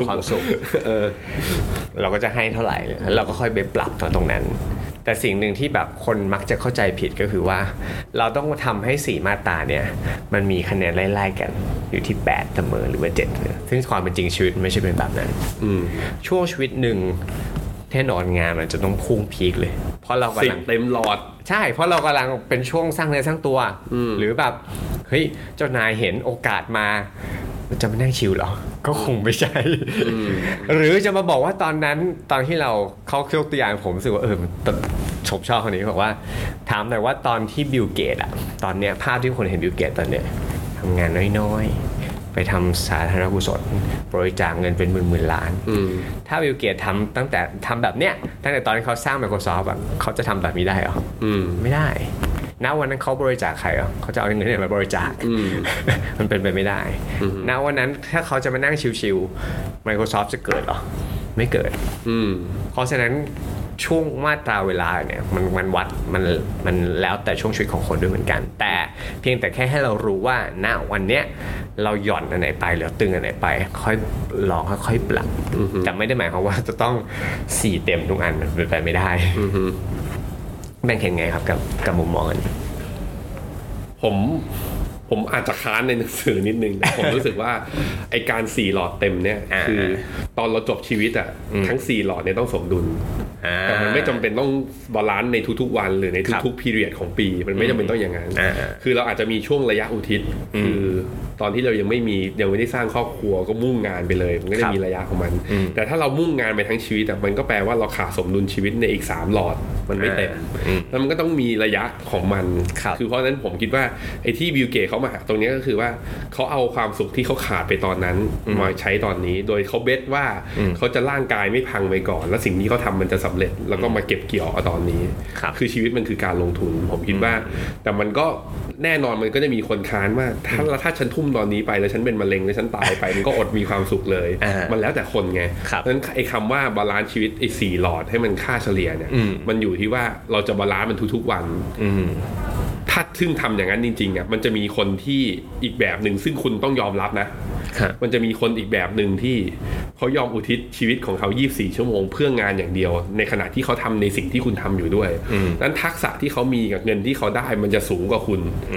เราก็จะให้เท่าไหร่เราก็ค่อยไปปรับตรงนั้นแต่สิ่งหนึ่งที่แบบคนมักจะเข้าใจผิดก็คือว่าเราต้องทำให้4มาตราเนี่ยมันมีคะแนนไล่ๆกันอยู่ที่8เสมอหรือว่า7ซึ่งความเป็นจริงชีวิตไม่ใช่เป็นแบบนั้นช่วงชีวิตหนึ่งแน่นอนงานมันจะต้องพุ่งพีคเลยเพราะเรากำลังเต็มหลอดใช่เพราะเรากำลังเป็นช่วงสร้างเนื้อสร้างตัวหรือแบบเฮ้ยเจ้านายเห็นโอกาสมาจะมานั่งชิลเหรอก็คงไม่ใช่หรือจะมาบอกว่าตอนนั้นตอนที่เราเขายกตัวอย่างผมรู้สึกว่าชอบคนนี้บอกว่าถามหน่อยว่าตอนที่บิลเกตอะตอนเนี้ยภาพที่คนเห็นบิลเกตตอนเนี้ยทำงานน้อยๆไปทำสาธารณกุศลบริจาคเงินเป็นหมื่นล้านถ้าบิลเกตทำตั้งแต่ทำแบบเนี้ยตั้งแต่ตอนที่เขาสร้าง Microsoft แบบเขาจะทำแบบนี้ได้เหรอไม่ได้ณวันนั้นเขาบริจาคใครเหรอเขาจะเอาเงินเนี่ยมาบริจาคมันเป็นไปไม่ได้ณวันนั้นถ้าเขาจะมานั่งชิวๆ Microsoft จะเกิดเหรอไม่เกิดเพราะฉะนั้นช่วงมาตราเวลาเนี่ยมันวัดมันแล้วแต่ช่วงชีวิตของคนด้วยเหมือนกันแต่เพียงแต่แค่ให้เรารู้ว่าณวันเนี้ยเราหย่อนอันไหนไปหรือตึงอันไหนไปค่อยลองค่อยปรับแต่ไม่ได้หมายความว่าจะต้อง4เต็มทุกอันมันเป็นไปไม่ได้แบ่งเห็นไงครับกับมุมมองอันนี้ผมอาจจะค้านในหนังสือนิดนึงแต่ผมรู้สึกว่าไอการ4หลอดเต็มเนี่ยคือตอนเราจบชีวิตอ่ะทั้ง4หลอดเนี่ยต้องสมดุลแต่มันไม่จำเป็นต้องบาลานซ์ในทุกๆวันหรือในทุกๆพีเรียดของปีมันไม่จำเป็นต้องอย่างนั้นคือเราอาจจะมีช่วงระยะอุทิศคือตอนที่เรายังไม่ได้สร้างครอบครัวก็มุ่งงานไปเลยมันก็จะมีระยะของมันแต่ถ้าเรามุ่งงานไปทั้งชีวิตมันก็แปลว่าเราขาดสมดุลชีวิตในอีก3หลอดมันไม่เต็มแล้วมันก็ต้องมีระยะของมันคือเพราะฉะนั้นผมคิดว่าไอ้ที่บิลเกตเขามาหาตรงนี้ก็คือว่าเขาเอาความสุขที่เขาขาดไปตอนนั้นมาใช้ตอนนี้โดยเขาเบสว่าเขาจะร่างกายไม่พังไปก่อนแล้วสิ่งที่เขาทำมันจะสำเร็จแล้วก็มาเก็บเกี่ยวตอนนี้คือชีวิตมันคือการลงทุนผมคิดว่าแต่มันก็แน่นอนมันก็จะมีคนค้านว่าถ้าฉันทุ่มตอนนี้ไปแล้วฉันเป็นมะเร็งแล้วฉันตายไปมันก็อดมีความสุขเลยมันแล้วแต่คนไงเพราะฉะนั้นไอ้คำว่าบาลานซ์ชีวิตไอ้4หลอดให้มันค่าเฉลี่ยเนี่ยมันอยู่ที่ว่าเราจะบาลานซ์มันทุกๆวันถ้าซึ่งทำอย่างนั้นจริงๆอ่ะมันจะมีคนที่อีกแบบหนึ่งซึ่งคุณต้องยอมรับนะมันจะมีคนอีกแบบหนึ่งที่เขายอมอุทิศชีวิตของเขา24ชั่วโมงเพื่องานอย่างเดียวในขณะที่เขาทำในสิ่งที่คุณทำอยู่ด้วยนั้นทักษะที่เขามีกับเงินที่เขาได้มันจะสูงกว่าคุณ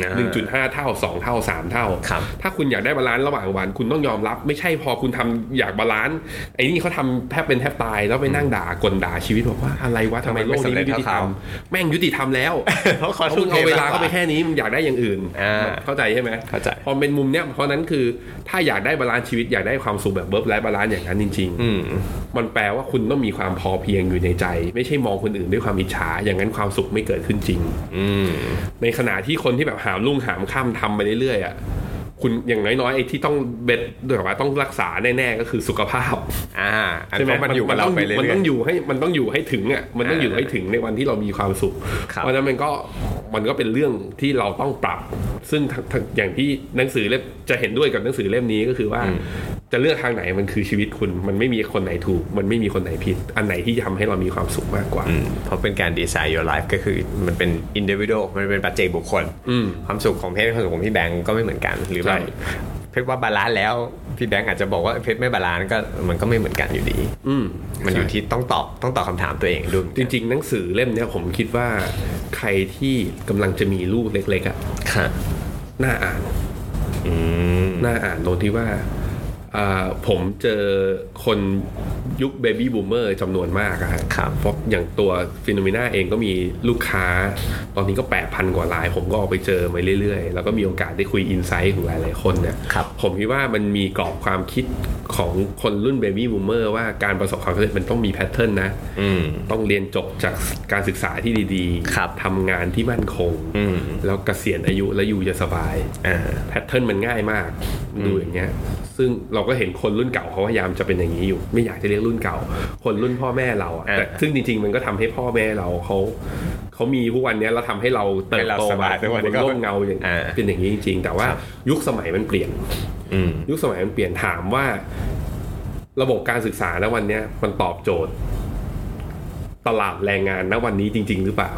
1.5 เท่า2เท่า3เท่าถ้าคุณอยากได้บาลานซ์ระหว่างวันคุณต้องยอมรับไม่ใช่พอคุณทำอยากบาลานซ์ไอ้นี่เขาทำแทบเป็นแทบตายแล้วไปนั่งกลด่าชีวิตบอกว่าอะไรวะทำไมโลกนี้ไม่ยุติธรรมแม่งยุติธรรมแล้วเขาขอทุ่มเอาเวลาก็ไปแค่นี้มึงอยากได้อย่างอื่นเข้าใจใช่ไหมเข้าใจพอเป็นมุมเนี้ยเพราะนั้นคือถ้าอยากได้บาลานซ์ชีวิตอยากได้ความสุขแบบเวิร์คไลฟ์บาลานซ์อย่างนั้นจริงๆมันแปลว่าคุณต้องมีความพอเพียงอยู่ในใจไม่ใช่มองคนอื่นด้วยความอิจฉาอย่างนั้นความสุขไม่เกิดขึ้นจริงในขณะที่คนที่แบบหามรุ่งหามค่ำทำไปเรื่อยๆอ่ะคุณอย่างน้อยๆไอ้ที่ต้องเบ็ดด้วยว่าต้องรักษาแน่ๆก็คือสุขภาพใช่ไหมมันอยู่กับเราไปเรื่อยๆมันต้องอยู่ให้ถึงอ่ะมันต้องอยู่ให้ถึงในวันที่เรามีความสุขเพราะฉะนั้นมันก็เป็นเรื่องที่เราต้องปรับซึ่งอย่างที่หนังสือเล่มจะเห็นด้วยกับหนังสือเล่มนี้ก็คือว่าจะเลือกทางไหนมันคือชีวิตคุณมันไม่มีคนไหนถูกมันไม่มีคนไหนผิดอันไหนที่ทำให้เรามีความสุขมากกว่าเพราะเป็นการดีไซน์ your life ก็คือมันเป็น individual มันเป็นปัจเจกบุคคลความสุขของเพชรความสุขของพี่แบงก์ก็ไม่เหมือนกันหรือว่าเพชรว่าบาลานซ์แล้วพี่แบงก์อาจจะบอกว่าเพชรไม่บาลานซ์ก็มันก็ไม่เหมือนกันอยู่ดีมันอยู่ที่ต้องตอบคำถามตัวเองด้วยจริงๆหนังสือเล่มนี้ผมคิดว่าใครที่กำลังจะมีลูกเล็กๆอ่ะน่าอ่านตรงที่ว่าผมเจอคนยุคเบบี้บูมเมอร์จำนวนมากครับเพราะอย่างตัวฟิโนเมนาเองก็มีลูกค้าตอนนี้ก็ 8,000 กว่ารายผมก็ออกไปเจอมาเรื่อยๆแล้วก็มีโอกาสได้คุยอินไซต์ของหลายๆคนเนี่ยผมคิดว่ามันมีกรอบความคิดของคนรุ่นเบบี้บูมเมอร์ว่าการประสบความสำเร็จมันต้องมีแพทเทิร์นนะต้องเรียนจบจากการศึกษาที่ดีๆทำงานที่มั่นคงแล้วเกษียณอายุแล้วอยู่จะสบายแพทเทิร์นมันง่ายมากดูอย่างเงี้ยซึ่งเราก็เห็นคนรุ่นเก่าเขาพยายามจะเป็นอย่างนี้อยู่ไม่อยากจะเรียกรุ่นเก่าคนรุ่นพ่อแม่เราแต่ซึ่งจริงๆมันก็ทำให้พ่อแม่เราเขามีทุกวันนี้แล้วทำให้เราเติบโตมาบนร่มเงาอย่างเป็นอย่างนี้จริงๆแต่ว่ายุคสมัยมันเปลี่ยนยุคสมัยมันเปลี่ยนถามว่าระบบการศึกษาณวันนี้มันตอบโจทย์ตลาดแรงงานณวันนี้จริงๆหรือเปล่า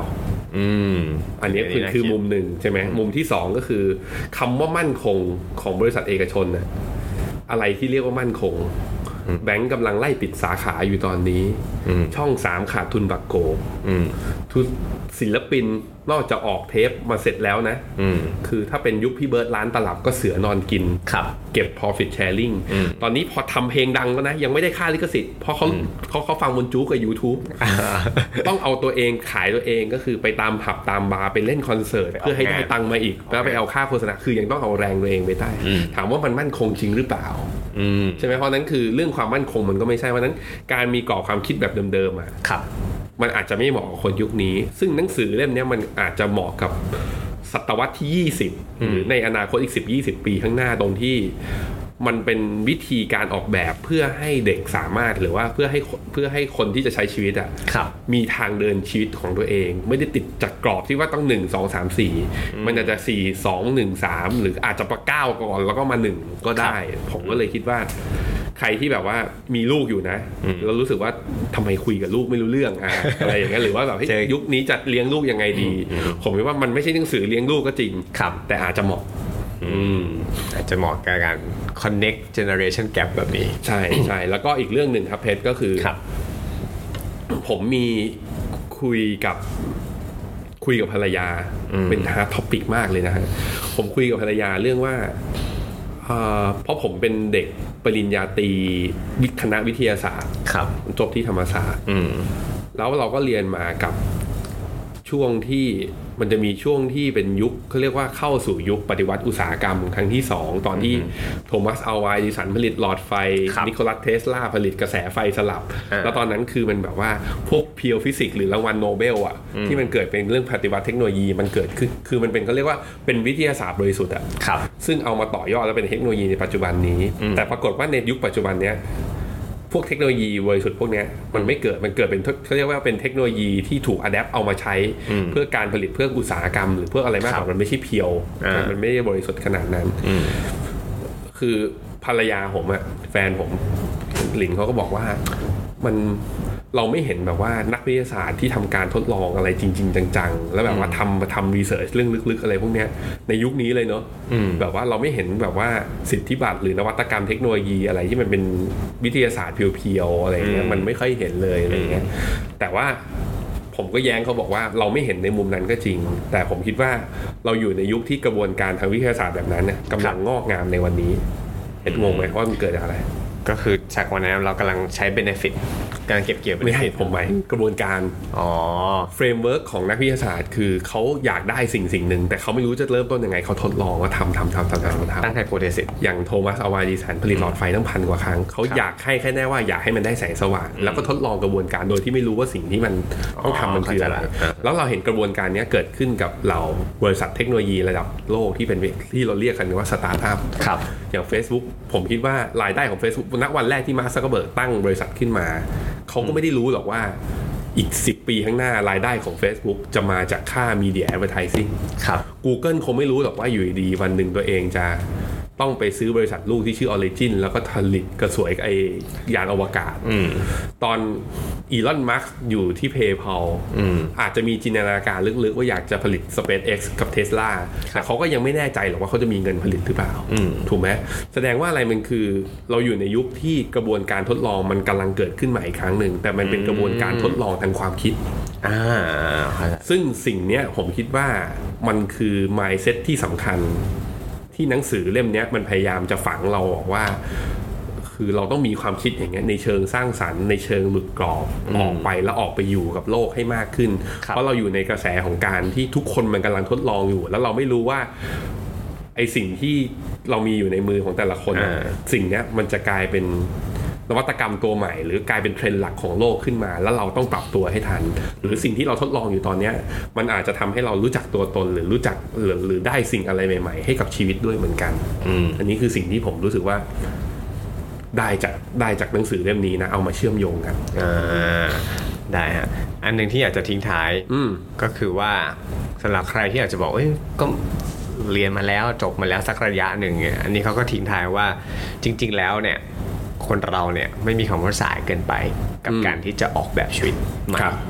อันนี้คือมุมหนึ่งใช่ไหมมุมที่สองก็คือคำว่ามั่นคงของบริษัทเอกชนน่ะอะไรที่เรียกว่ามั่นคงแบงก์กำลังไล่ปิดสาขาอยู่ตอนนี้ช่อง3ขาดทุนบักโกทุกศิลปินนอกจากออกเทปมาเสร็จแล้วนะคือถ้าเป็นยุคพี่เบิร์ดร้านตลับก็เสือนอนกินเก็บ profit sharing ตอนนี้พอทำเพลงดังแล้วนะยังไม่ได้ค่าลิขสิทธิ์เพราะเขาฟังบนจู๊กับ YouTube ต้องเอาตัวเองขายตัวเองก็คือไปตามผับตามบาร์ไปเล่นคอนเสิร์ตเพื่อให้ได้ตังค์มาอีกแล้วไปเอาค่าโฆษณาคือยังต้องเอาแรงตัวเองไปได้ถามว่ามันมั่นคงจริงหรือเปล่าใช่ไหมเพราะนั้นคือเรื่องความมั่นคงมันก็ไม่ใช่เพราะนั้นการมีกรอบความคิดแบบเดิมๆอ่ะมันอาจจะไม่เหมาะกับคนยุคนี้ซึ่งหนังสือเล่มนี้มันอาจจะเหมาะกับศตวรรษที่20หรือในอนาคตอีก10-20 ปีข้างหน้าตรงที่มันเป็นวิธีการออกแบบเพื่อให้เด็กสามารถหรือว่าเพื่อให้คนที่จะใช้ชีวิตอ่ะมีทางเดินชีวิตของตัวเองไม่ได้ติดจากกรอบที่ว่าต้อง1 2 3 4มันอาจจะ4 2 1 3หรืออาจจะประ9ก่อนแล้วก็มา1ก็ได้ผมก็เลยคิดว่าใครที่แบบว่ามีลูกอยู่นะแล้วรู้สึกว่าทำไมคุยกับลูกไม่รู้เรื่องอะไรอย่างเงี้ยหรือว่าแบบยุคนี้จะเลี้ยงลูกยังไงดีผมคิดว่ามันไม่ใช่หนังสือเลี้ยงลูกก็จริงแต่อาจจะเหมาะอาจจะเหมาะกับการ connect generation gap แบบนี้ใช่ใช่แล้วก็อีกเรื่องหนึ่งครับเพชรก็คือผมมีคุยกับภรรยาเป็นฮาร์ดท็อปิกมากเลยนะฮะผมคุยกับภรรยาเรื่องว่าเพราะผมเป็นเด็กปริญญาตรีคณะวิทยาศาสตร์จบที่ธรรมศาสตร์แล้วเราก็เรียนมากับช่วงที่มันจะมีช่วงที่เป็นยุคเขาเรียกว่าเข้าสู่ยุคปฏิวัติอุตสาหกรรมครั้งที่2ตอนที่โทมัสอัลวาดิสันผลิตหลอดไฟนิโคลัสเทสลาผลิตกระแสไฟสลับแล้วตอนนั้นคือมันแบบว่าพวกเพียวฟิสิกส์หรือรางวัลโนเบลอ่ะที่มันเกิดเป็นเรื่องปฏิวัติเทคโนโลยีมันเกิดขึ้นคือมันเป็นเขาเรียกว่าเป็นวิทยาศาสตร์บริสุทธิ์อ่ะซึ่งเอามาต่อยอดแล้วเป็นเทคโนโลยีในปัจจุบันนี้แต่ปรากฏว่าในยุคปัจจุบันเนี้ยพวกเทคโนโลยีบริสุทธิ์พวกนี้มันไม่เกิดมันเกิดเป็นเขาเรียกว่าเป็นเทคโนโลยีที่ถูกอะแดปเอามาใช้เพื่อการผลิตเพื่ออุตสาหกรรมหรือเพื่ออะไรมากกว่ามันไม่ใช่เพียวมันไม่ได้บริสุทธิ์ขนาดนั้นคือภรรยาผมอะแฟนผมหลินเขาก็บอกว่าเราไม่เห็นแบบว่านักวิทยาศาสตร์ที่ทำการทดลองอะไรจริงๆจังๆแล้วแบบว่าทำรีเสิร์ชเรื่องลึกๆอะไรพวกนี้ในยุคนี้เลยเนาะแบบว่าเราไม่เห็นแบบว่าสิทธิบัตรหรือนวัตกรรมเทคโนโลยีอะไรที่มันเป็นวิทยาศาสตร์เพียวๆอะไรเงี้ยมันไม่ค่อยเห็นเลยอะไรเงี้ยแต่ว่าผมก็แย้งเขาบอกว่าเราไม่เห็นในมุมนั้นก็จริงแต่ผมคิดว่าเราอยู่ในยุคที่กระบวนการทางวิทยาศาสตร์แบบนั้นเนี่ยกำลังงอกงามในวันนี้เห็นงงไหมว่ามันเกิดจากอะไรก็คือจากวันนั้นเรากำลังใช้ benefit การเก็บเกี่ยว benefit ไม่ใช่ผมหมายกระบวนการเฟรมเวิร์กของนักวิทยาศาสตร์คือเขาอยากได้สิ่งหนึ่งแต่เขาไม่รู้จะเริ่มต้นยังไงเขาทดลองว่าทำตั้งไฮโพเทซิสอย่างโทมัสอัลวาดิสันผลิตหลอดไฟตั้ง1,000 กว่าครั้งเขาอยากให้แค่แน่ว่าอยากให้มันได้แสงสว่างแล้วก็ทดลองกระบวนการโดยที่ไม่รู้ว่าสิ่งที่มันต้องทำมันคืออะไรแล้วเราเห็นกระบวนการนี้เกิดขึ้นกับเราบริษัทเทคโนโลยีระดับโลกที่เป็นที่เราเรียกกันว่าสตาร์ทอัพอย่าง Facebook ผมคิดว่ารายได้ของ Facebook ณวันแรกที่มาร์ค ซักเคอร์เบิร์กตั้งบริษัทขึ้นมาเขาก็ไม่ได้รู้หรอกว่าอีก10 ปีข้างหน้ารายได้ของ Facebook จะมาจากค่า Media Advertising Google คงไม่รู้หรอกว่าอยู่ดีวันหนึ่งตัวเองจะต้องไปซื้อบริษัทลูกที่ชื่อ Origin แล้วก็ผลิตกระสวยไอยานอวกาศตอนอีลอน มัสก์อยู่ที่ PayPal อาจจะมีจินตนาการลึกๆว่าอยากจะผลิต SpaceX กับ Tesla แต่เขาก็ยังไม่แน่ใจหรอกว่าเขาจะมีเงินผลิตหรือเปล่าถูกไหมแสดงว่าอะไรมันคือเราอยู่ในยุคที่กระบวนการทดลองมันกำลังเกิดขึ้นใหม่อีกครั้งหนึ่งแต่มันเป็นกระบวนการทดลองทางความคิดซึ่งสิ่งนี้ผมคิดว่ามันคือ mindset ที่สำคัญที่หนังสือเล่มนี้มันพยายามจะฝังเราบอกว่าคือเราต้องมีความคิดอย่างเงี้ยในเชิงสร้างสรรค์ในเชิงหลุดกรอบออกไปแล้วออกไปอยู่กับโลกให้มากขึ้นเพราะเราอยู่ในกระแสของการที่ทุกคนมันกำลังทดลองอยู่แล้วเราไม่รู้ว่าไอสิ่งที่เรามีอยู่ในมือของแต่ละคนสิ่งเนี้ยมันจะกลายเป็นนวัตกรรมตัวใหม่หรือกลายเป็นเทรนด์หลักของโลกขึ้นมาแล้วเราต้องปรับตัวให้ทันหรือสิ่งที่เราทดลองอยู่ตอนนี้มันอาจจะทำให้เรารู้จักตัวตนหรือรู้จักหรือได้สิ่งอะไรใหม่ๆให้กับชีวิตด้วยเหมือนกันอันนี้คือสิ่งที่ผมรู้สึกว่าได้จากหนังสือเล่มนี้นะเอามาเชื่อมโยงกันได้ฮะอันนึงที่อยากจะทิ้งท้ายก็คือว่าสำหรับใครที่อยากจะบอกก็เรียนมาแล้วจบมาแล้วสักระยะหนึ่งเนี่ยอันนี้เขาก็ทิ้งท้ายว่าจริงๆแล้วเนี่ยคนเราเนี่ยไม่มีคำว่าสายเกินไปกับการที่จะออกแบบชีวิตใหม่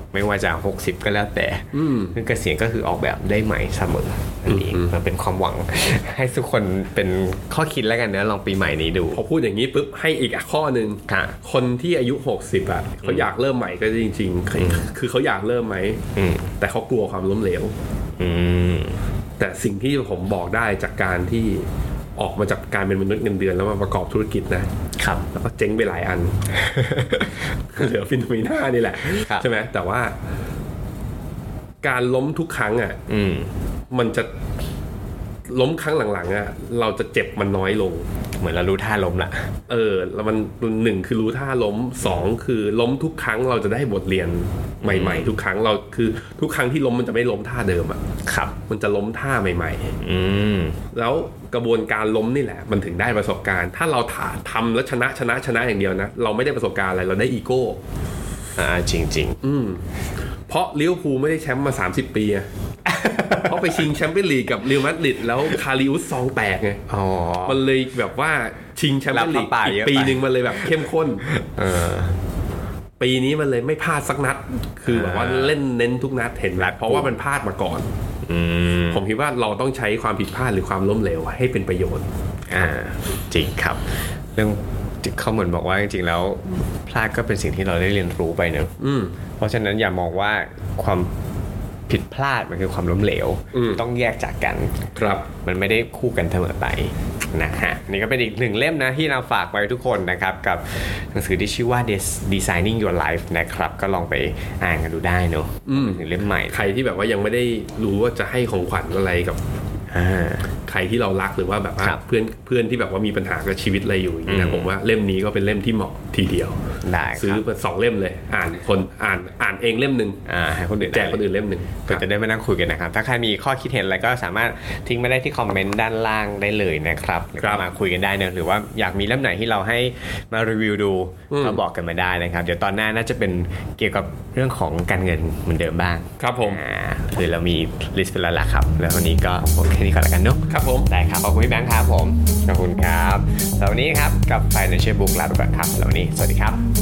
ไม่ว่าจะ60ก็แล้วแต่ซึ่งเกษียณก็คือออกแบบได้ใหม่เสมอนั่นเองมันเป็นความหวัง ให้ทุกคนเป็นข้อคิดแล้วกันนะลองปีใหม่นี้ดูพอพูดอย่างนี้ปุ๊บให้อีกข้อนึงคนที่อายุ60อ่ะเขาอยากเริ่มใหม่ก็จริงๆคือเขาอยากเริ่มไหมแต่เขากลัวความล้มเหลวแต่สิ่งที่ผมบอกได้จากการที่ออกมาจากการเป็นมนุษย์เงินเดือนแล้วมาประกอบธุรกิจนะครับแล้วก็เจ๊งไปหลายอัน เหลือฟิโนเมนานี่แหละใช่ไหมแต่ว่าการล้มทุกครั้งอ่ะมันจะล้มครั้งหลังๆอ่ะเราจะเจ็บมันน้อยลงเหมือนเรารู้ท่าล้มละแล้วมัน1คือรู้ท่าล้ม2คือล้มทุกครั้งเราจะได้บทเรียนใหม่ๆทุกครั้งเราคือทุกครั้งที่ล้มมันจะไม่ล้มท่าเดิมอ่ะครับมันจะล้มท่าใหม่ๆแล้วกระบวนการล้มนี่แหละมันถึงได้ประสบการณ์ถ้าเราทำแล้วชนะอย่างเดียวนะเราไม่ได้ประสบการณ์อะไรเราได้อีโก้จริงเพราะลิเวอร์พูลไม่ได้แชมป์มา30ปีเพราะไปชิงแชมเปี้ยนลีกกับเรอัลมาดริดแล้วคาริอุสซองแตกไงมันเลยแบบว่าชิงแชมเปี้ยนลีกอีกปีนึงมันเลยแบบเข้มข้นปีนี้มันเลยไม่พลาดสักนัดคือแบบว่าเล่นเน้นทุกนัดเห็นแล้วเพราะว่ามันพลาดมาก่อนผมคิดว่าเราต้องใช้ความผิดพลาดหรือความล้มเหลวให้เป็นประโยชน์จริงครับเรื่องเขาเหมือนบอกว่าจริงๆแล้วพลาดก็เป็นสิ่งที่เราได้เรียนรู้ไปเนอะเพราะฉะนั้นอย่ามองว่าความผิดพลาดมันคือความล้มเหลวต้องแยกจากกันครับมันไม่ได้คู่กันเสมอไปนะฮะนี่ก็เป็นอีกหนึ่งเล่มนะที่เราฝากไว้ทุกคนนะครับกับหนังสือที่ชื่อว่า Designing Your Life นะครับก็ลองไปอ่านกันดูได้เนอะเป็นเล่มใหม่ใครที่แบบว่ายังไม่ได้รู้ว่าจะให้ของขวัญอะไรกับใครที่เรารักหรือว่าแบบว่าเพื่อนที่แบบว่ามีปัญหากับชีวิตอะไรอยู่อย่างนี้นะผมว่าเล่มนี้ก็เป็นเล่มที่เหมาะทีเดียวซื้อมา2เล่มเลยอ่านเองเล่มนึงให้คนอื่นแจกคนอื่นเล่มนึงก็จะได้มานั่งคุยกันนะครับถ้าใครมีข้อคิดเห็นอะไรก็สามารถทิ้งมาได้ที่คอมเมนต์ด้านล่างได้เลยนะครับมาคุยกันได้นะหรือว่าอยากมีเล่มไหนที่เราให้มารีวิวดูก็บอกกันมาได้นะครับเดี๋ยวตอนหน้าน่าจะเป็นเกี่ยวกับเรื่องของการเงินเหมือนเดิมบ้างครับผมคือเรามีลิสต์เป็นแล้วล่ะครับแล้ววันนี้ก็แค่นี้ก่อนละกันเนาะครับผมได้ครับขอบคุณพี่แบงค์ครับผมขอบคุณครับสำหรับวันนี้ครับกับ Financial Book ลาไปก่อนครับสำหรับวันนี้สวัสดีครับ